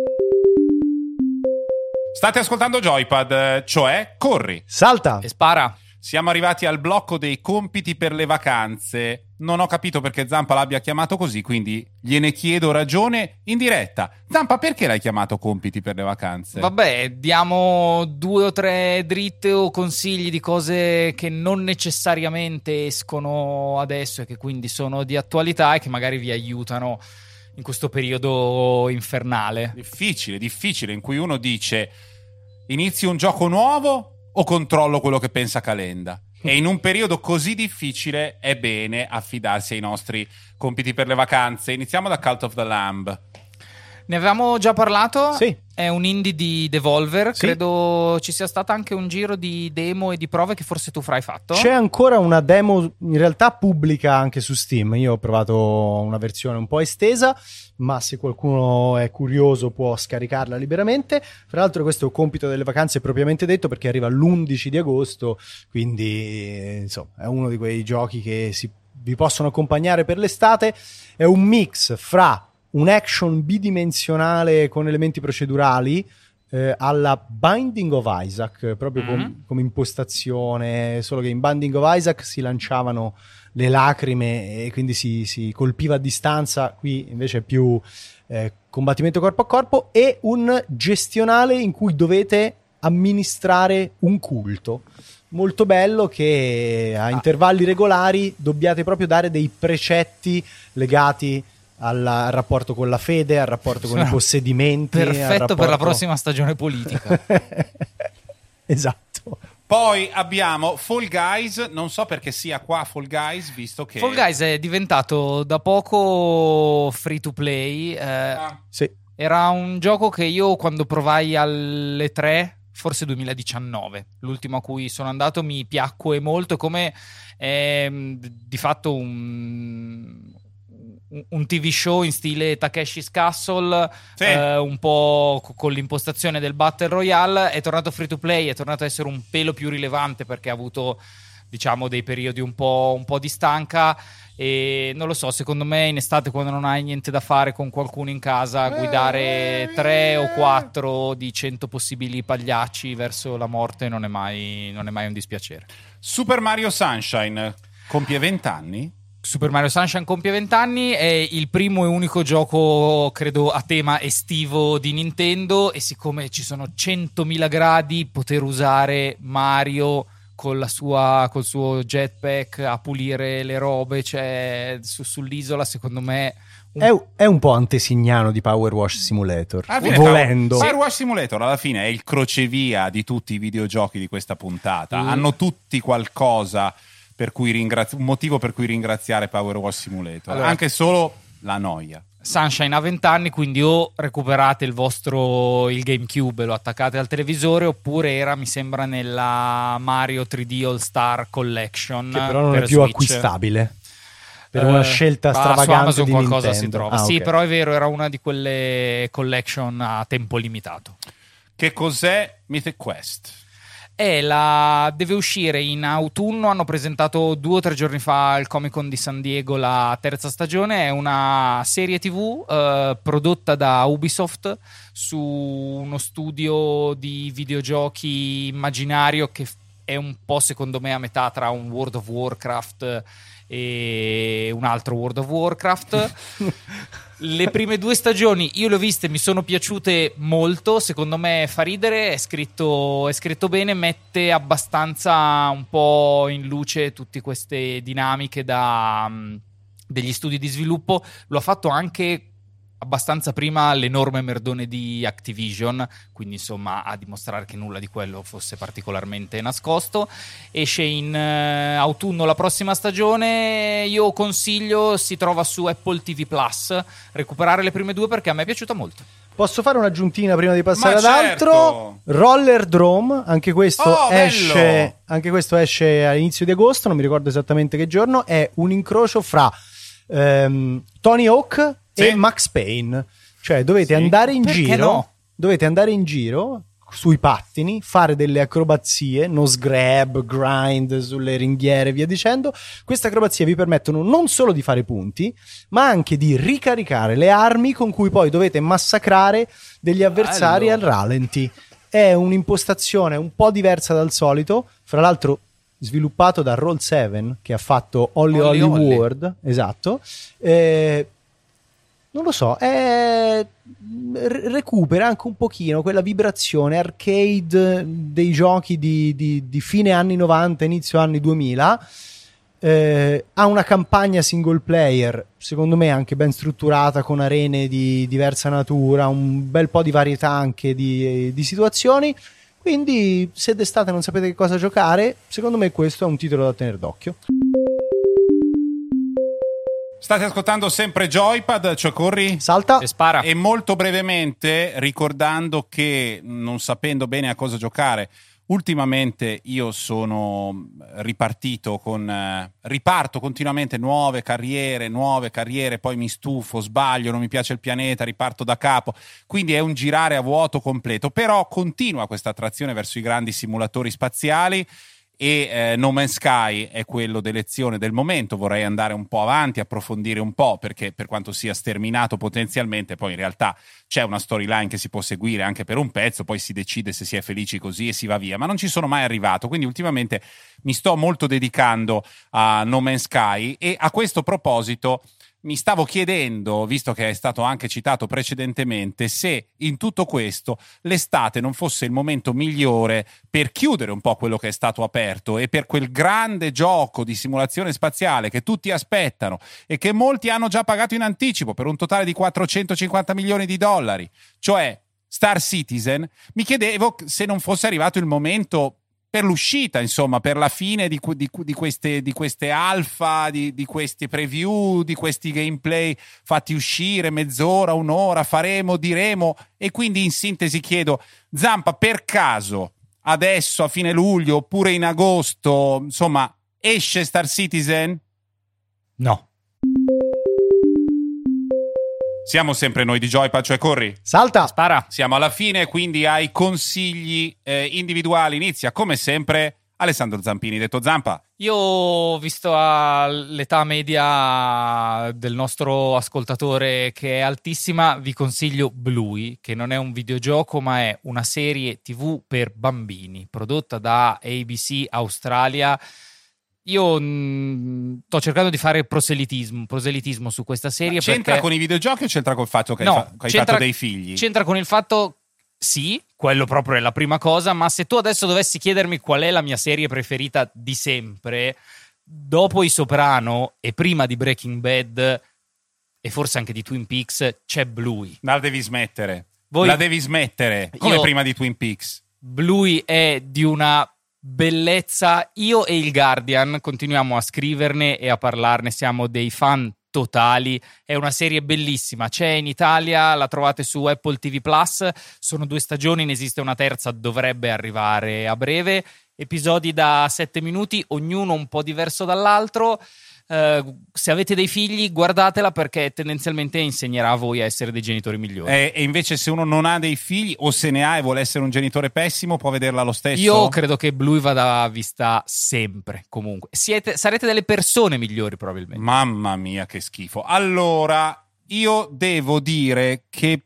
State ascoltando Joypad, cioè corri. Salta! E spara. Siamo arrivati al blocco dei compiti per le vacanze. Non ho capito perché Zampa l'abbia chiamato così, quindi gliene chiedo ragione in diretta. Zampa, perché l'hai chiamato compiti per le vacanze? Vabbè, diamo due o tre dritte o consigli di cose che non necessariamente escono adesso e che quindi sono di attualità e che magari vi aiutano in questo periodo infernale. Difficile, difficile, in cui uno dice inizi un gioco nuovo o controllo quello che pensa Calenda? E in un periodo così difficile è bene affidarsi ai nostri compiti per le vacanze. Iniziamo da Cult of the Lamb. Ne avevamo già parlato? Sì. È un indie di Devolver. Sì. Credo ci sia stato anche un giro di demo e di prove che forse tu avrai fatto. C'è ancora una demo in realtà pubblica anche su Steam. Io ho provato una versione un po' estesa, ma se qualcuno è curioso può scaricarla liberamente. Fra l'altro questo è un compito delle vacanze propriamente detto, perché arriva l'undici di agosto, quindi insomma è uno di quei giochi che si, vi possono accompagnare per l'estate. È un mix fra un action bidimensionale con elementi procedurali eh, alla Binding of Isaac, proprio com- Mm-hmm. come impostazione, solo che in Binding of Isaac si lanciavano le lacrime e quindi si, si colpiva a distanza, qui invece è più eh, combattimento corpo a corpo, e un gestionale in cui dovete amministrare un culto molto bello che a intervalli regolari dobbiate proprio dare dei precetti legati al, al rapporto con la fede, al rapporto con i possedimenti, al Perfetto rapporto... per la prossima stagione politica. Esatto, Poi abbiamo Fall Guys, non so perché sia qua Fall Guys, visto che... Fall Guys è diventato da poco free to play. Eh, Ah. Sì. Era un gioco che io quando provai alle tre, forse duemiladiciannove, l'ultimo a cui sono andato, mi piacque molto, come ehm, di fatto un... un T V show in stile Takeshi's Castle, Sì. eh, un po' co- con l'impostazione del Battle Royale. È tornato free to play, è tornato a essere un pelo più rilevante perché ha avuto, diciamo, dei periodi un po', un po' di stanca. E non lo so, secondo me in estate, quando non hai niente da fare con qualcuno in casa, guidare tre o quattro di cento possibili pagliacci verso la morte non è mai, non è mai un dispiacere. Super Mario Sunshine compie venti anni. Super Mario Sunshine compie venti anni, è il primo e unico gioco, credo, a tema estivo di Nintendo, e siccome ci sono centomila gradi, poter usare Mario con la sua, col suo jetpack a pulire le robe, cioè su, sull'isola, secondo me... Un... È, è un po' antesignano di Power Wash Simulator, Alla fine volendo. Power Wash Simulator alla fine è il crocevia di tutti i videogiochi di questa puntata. Mm. Hanno tutti qualcosa per cui ringrazi- un motivo per cui ringraziare Power Wash Simulator, Allora, anche solo la noia. Sunshine ha venti anni, quindi o recuperate il vostro il GameCube e lo attaccate al televisore, oppure era, mi sembra, nella Mario tre D All Star Collection, Che però non per è più Switch. acquistabile per una Eh, scelta ah, su stravagante Amazon di qualcosa Nintendo. si trova. Ah, Sì, ok. però è vero, era una di quelle collection a tempo limitato. Che cos'è Mythic Quest? E la deve uscire in autunno. Hanno presentato due o tre giorni fa al Comic Con di San Diego la terza stagione. È una serie tivù eh, prodotta da Ubisoft su uno studio di videogiochi immaginario che è un po', secondo me, a metà tra un World of Warcraft e un altro World of Warcraft. Le prime due stagioni io le ho viste, mi sono piaciute molto, secondo me fa ridere, è scritto, è scritto bene, mette abbastanza un po' in luce tutte queste dinamiche da, um, degli studi di sviluppo. Lo ha fatto anche abbastanza prima l'enorme merdone di Activision, quindi insomma a dimostrare che nulla di quello fosse particolarmente nascosto. Esce in uh, autunno la prossima stagione. Io consiglio, si trova su Apple T V Plus, recuperare le prime due perché a me è piaciuta molto. Posso fare un'aggiuntina prima di passare Ma ad certo! altro? Roller Drome, anche questo Oh, esce bello! anche questo esce all'inizio di agosto, non mi ricordo esattamente che giorno. È un incrocio fra ehm, Tony Hawk Sì. e Max Payne, cioè dovete Sì. andare in Perché giro no? dovete andare in giro sui pattini, fare delle acrobazie, nose grab, grind sulle ringhiere, via dicendo. Queste acrobazie vi permettono non solo di fare punti, ma anche di ricaricare le armi con cui poi dovete massacrare degli avversari Bello. al ralenti. È un'impostazione un po' diversa dal solito, fra l'altro sviluppato da Roll sette, che ha fatto Holly Holly Holly Holly. World, esatto. Eh, non lo so, è... re- recupera anche un pochino quella vibrazione arcade dei giochi di, di- di fine anni novanta, inizio anni duemila. Eh, ha una campagna single player, secondo me anche ben strutturata, con arene di diversa natura, un bel po' di varietà anche di, di situazioni. Quindi, se d'estate non sapete che cosa giocare, secondo me questo è un titolo da tenere d'occhio. State ascoltando sempre Joypad, cioè corri? Salta. E spara. E molto brevemente, ricordando che, non sapendo bene a cosa giocare, ultimamente io sono ripartito con eh, riparto continuamente nuove carriere, nuove carriere, poi mi stufo, sbaglio, non mi piace il pianeta, riparto da capo, quindi è un girare a vuoto completo, però continua questa attrazione verso i grandi simulatori spaziali. E eh, No Man's Sky è quello d'elezione del momento. Vorrei andare un po' avanti, approfondire un po', perché per quanto sia sterminato potenzialmente, poi in realtà c'è una storyline che si può seguire anche per un pezzo, poi si decide se si è felici così e si va via, ma non ci sono mai arrivato, quindi ultimamente mi sto molto dedicando a No Man's Sky. E a questo proposito mi stavo chiedendo, visto che è stato anche citato precedentemente, se in tutto questo l'estate non fosse il momento migliore per chiudere un po' quello che è stato aperto e per quel grande gioco di simulazione spaziale che tutti aspettano e che molti hanno già pagato in anticipo per un totale di quattrocentocinquanta milioni di dollari, cioè Star Citizen. Mi chiedevo se non fosse arrivato il momento per l'uscita, insomma, per la fine di, di, di queste, di queste alfa, di, di questi preview, di questi gameplay fatti uscire, mezz'ora, un'ora, faremo, diremo. E quindi in sintesi chiedo, Zampa, per caso adesso a fine luglio oppure in agosto, insomma, esce Star Citizen? No. Siamo sempre noi di Joypad, cioè corri. Salta. Spara. Siamo alla fine, quindi ai consigli eh, individuali. Inizia come sempre Alessandro Zampini, detto Zampa. Io, visto l'età media del nostro ascoltatore che è altissima, vi consiglio Bluey, che non è un videogioco ma è una serie tivù per bambini prodotta da A B C Australia. Io mh, sto cercando di fare proselitismo, proselitismo su questa serie. C'entra perché... con i videogiochi o c'entra col fatto che no, hai, fa- che hai c'entra, fatto dei figli? C'entra con il fatto, sì, quello proprio è la prima cosa, ma se tu adesso dovessi chiedermi qual è la mia serie preferita di sempre, dopo I Soprano e prima di Breaking Bad e forse anche di Twin Peaks, c'è Bluey. La devi smettere. Voi... La devi smettere. Come Io... prima di Twin Peaks. Bluey è di una... bellezza. Io e il Guardian continuiamo a scriverne e a parlarne, siamo dei fan totali. È una serie bellissima, c'è in Italia, la trovate su Apple T V Plus, sono due stagioni, ne esiste una terza, dovrebbe arrivare a breve, episodi da sette minuti, ognuno un po' diverso dall'altro. Uh, se avete dei figli, guardatela, perché tendenzialmente insegnerà a voi a essere dei genitori migliori. E, e invece se uno non ha dei figli o se ne ha e vuole essere un genitore pessimo, può vederla lo stesso? Io credo che Bluey vada vista sempre, comunque. Siete, sarete delle persone migliori probabilmente. Mamma mia, che schifo. Allora, io devo dire che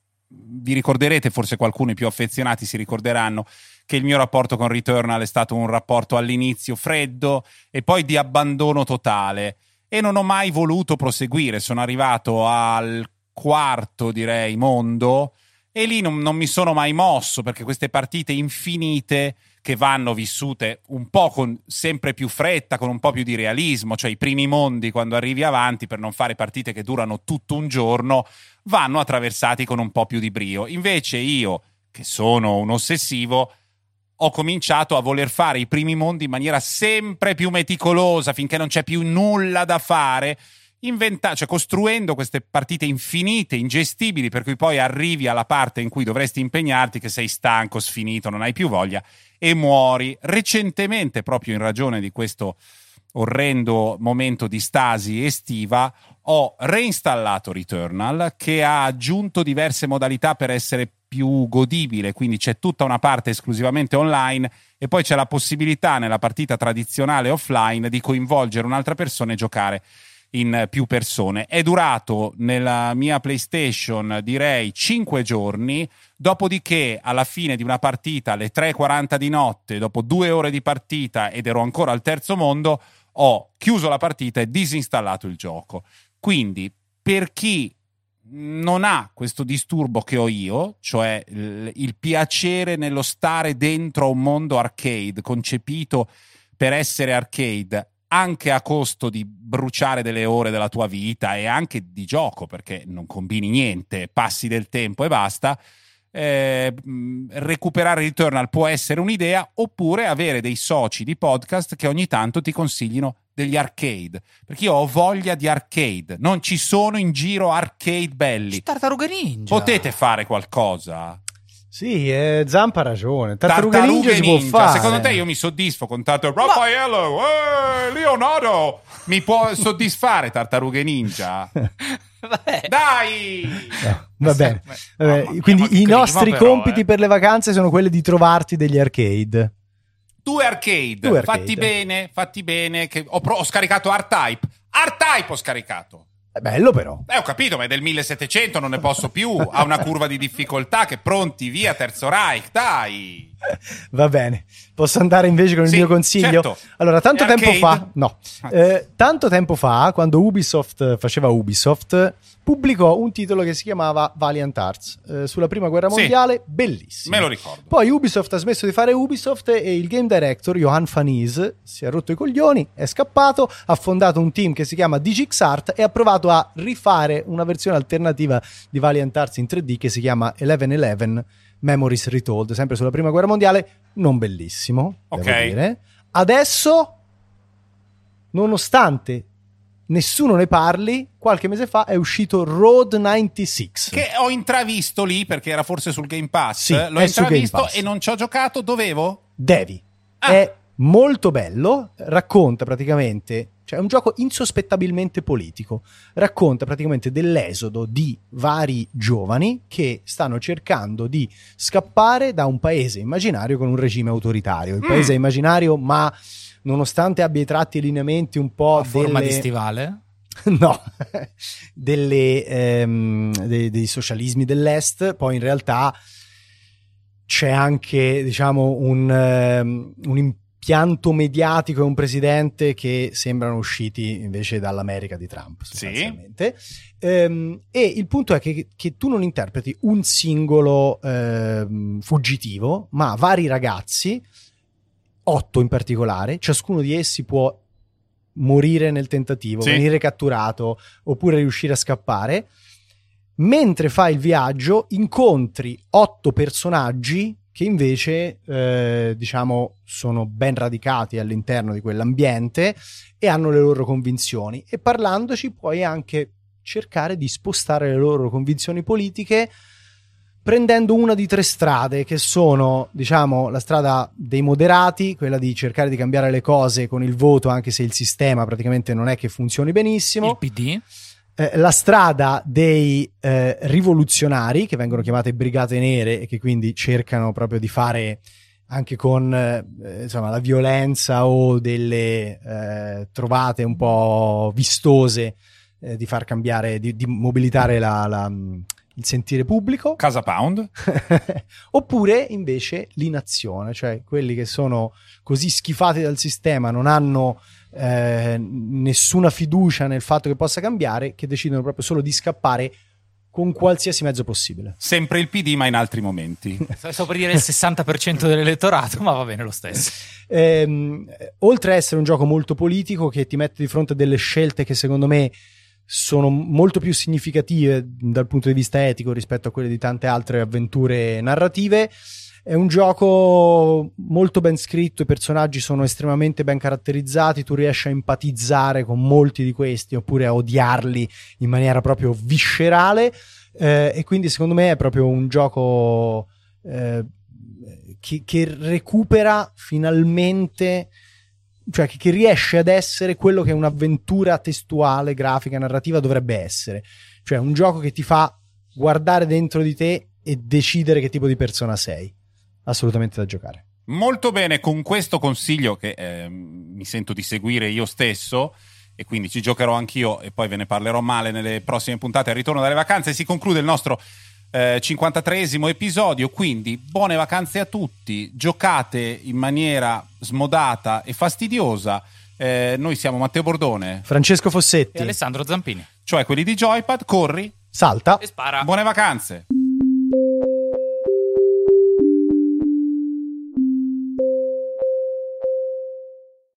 vi ricorderete, forse qualcuno, i più affezionati si ricorderanno, che il mio rapporto con Returnal è stato un rapporto all'inizio freddo e poi di abbandono totale, e non ho mai voluto proseguire. Sono arrivato al quarto, direi, mondo, e lì non, non mi sono mai mosso, perché queste partite infinite che vanno vissute un po' con sempre più fretta, con un po' più di realismo, cioè i primi mondi, quando arrivi avanti, per non fare partite che durano tutto un giorno, vanno attraversati con un po' più di brio. Invece io, che sono un ossessivo, ho cominciato a voler fare i primi mondi in maniera sempre più meticolosa, finché non c'è più nulla da fare, inventa- cioè costruendo queste partite infinite, ingestibili, per cui poi arrivi alla parte in cui dovresti impegnarti, che sei stanco, sfinito, non hai più voglia e muori. Recentemente, proprio in ragione di questo orrendo momento di stasi estiva, ho reinstallato Returnal, che ha aggiunto diverse modalità per essere più godibile, quindi c'è tutta una parte esclusivamente online e poi c'è la possibilità nella partita tradizionale offline di coinvolgere un'altra persona e giocare in più persone. È durato nella mia PlayStation, direi, cinque giorni, dopodiché alla fine di una partita alle tre e quaranta di notte, dopo due ore di partita ed ero ancora al terzo mondo, ho chiuso la partita e disinstallato il gioco. Quindi, per chi non ha questo disturbo che ho io, cioè il, il piacere nello stare dentro a un mondo arcade, concepito per essere arcade, anche a costo di bruciare delle ore della tua vita e anche di gioco, perché non combini niente, passi del tempo e basta, eh, recuperare Returnal può essere un'idea, oppure avere dei soci di podcast che ogni tanto ti consiglino degli arcade, perché io ho voglia di arcade, non ci sono in giro arcade belli. Tartaruga Ninja. Potete fare qualcosa? Sì, eh, Zampa ha ragione. Tartaruga, Tartarughe Ninja si può Ninja. fare. Secondo te io mi soddisfo con Tartaruga? Raffaello, eh, Leonardo, mi può soddisfare Tartarughe Ninja? Vabbè. Dai! No, va bene. Vabbè, Mamma mia, quindi ma i prima nostri però, compiti eh. per le vacanze sono quelli di trovarti degli arcade. Due arcade, Due arcade. fatti bene, fatti bene. Che ho, pro- ho scaricato R-Type. R-Type ho scaricato. È bello però. Eh, ho capito, ma è del millesettecento, non ne posso più. Ha una curva di difficoltà che pronti, via, Terzo Reich, dai. Va bene. Posso andare invece con il Sì, mio consiglio? certo. Allora, tanto Arcade. tempo fa, no, eh, tanto tempo fa, quando Ubisoft faceva Ubisoft, pubblicò un titolo che si chiamava Valiant Hearts, eh, sulla prima guerra Sì. mondiale, bellissimo. Me lo ricordo. Poi Ubisoft ha smesso di fare Ubisoft e il game director Johan Faniz si è rotto i coglioni, è scappato, ha fondato un team che si chiama D G X Art e ha provato a rifare una versione alternativa di Valiant Hearts in tre D che si chiama eleven eleven, Memories Retold, sempre sulla prima guerra mondiale, non bellissimo, Ok. devo dire. Adesso, nonostante nessuno ne parli, qualche mese fa è uscito Road novantasei. Che ho intravisto lì perché era forse sul Game Pass. Sì, L'ho è su Game intravisto Pass. e non ci ho giocato. Dovevo? Devi. Ah. È molto bello, racconta praticamente, cioè è un gioco insospettabilmente politico, racconta praticamente dell'esodo di vari giovani che stanno cercando di scappare da un paese immaginario con un regime autoritario. Il Mm. paese è immaginario, ma nonostante abbia i tratti e lineamenti un po' A forma delle... di stivale? no, delle, ehm, dei, dei socialismi dell'est, poi in realtà c'è anche, diciamo, un, um, un impianto mediatico e un presidente che sembrano usciti invece dall'America di Trump, sostanzialmente. Ehm, e il punto è che, che tu non interpreti un singolo ehm, fuggitivo, ma vari ragazzi, otto in particolare, ciascuno di essi può morire nel tentativo, Sì. venire catturato oppure riuscire a scappare. Mentre fai il viaggio incontri otto personaggi che invece eh, diciamo sono ben radicati all'interno di quell'ambiente e hanno le loro convinzioni, e parlandoci puoi anche cercare di spostare le loro convinzioni politiche prendendo una di tre strade, che sono, diciamo, la strada dei moderati, quella di cercare di cambiare le cose con il voto, anche se il sistema praticamente non è che funzioni benissimo. Il P D? Eh, la strada dei eh, rivoluzionari, che vengono chiamate brigate nere e che quindi cercano proprio di fare anche con eh, insomma la violenza o delle eh, trovate un po' vistose eh, di far cambiare, di, di mobilitare la, la, il sentire pubblico. Casa Pound. Oppure invece l'inazione, cioè quelli che sono così schifati dal sistema, non hanno eh, nessuna fiducia nel fatto che possa cambiare, che decidono proprio solo di scappare con qualsiasi mezzo possibile. Sempre il P D, ma in altri momenti. Stavo per dire il sessanta per cento dell'elettorato, ma va bene lo stesso. Ehm, oltre a essere un gioco molto politico che ti mette di fronte a delle scelte che secondo me sono molto più significative dal punto di vista etico rispetto a quelle di tante altre avventure narrative, è un gioco molto ben scritto, i personaggi sono estremamente ben caratterizzati, tu riesci a empatizzare con molti di questi oppure a odiarli in maniera proprio viscerale, eh, e quindi secondo me è proprio un gioco eh, che, che recupera finalmente, cioè che, che riesce ad essere quello che un'avventura testuale, grafica, narrativa dovrebbe essere, cioè un gioco che ti fa guardare dentro di te e decidere che tipo di persona sei. Assolutamente da giocare. Molto bene, con questo consiglio che eh, mi sento di seguire io stesso, e quindi ci giocherò anch'io e poi ve ne parlerò male nelle prossime puntate al ritorno dalle vacanze, si conclude il nostro eh, cinquantatreesimo episodio, quindi buone vacanze a tutti, giocate in maniera smodata e fastidiosa. Eh, noi siamo Matteo Bordone, Francesco Fossetti E Alessandro Zampini. cioè quelli di Joypad. Corri, salta E spara. buone vacanze.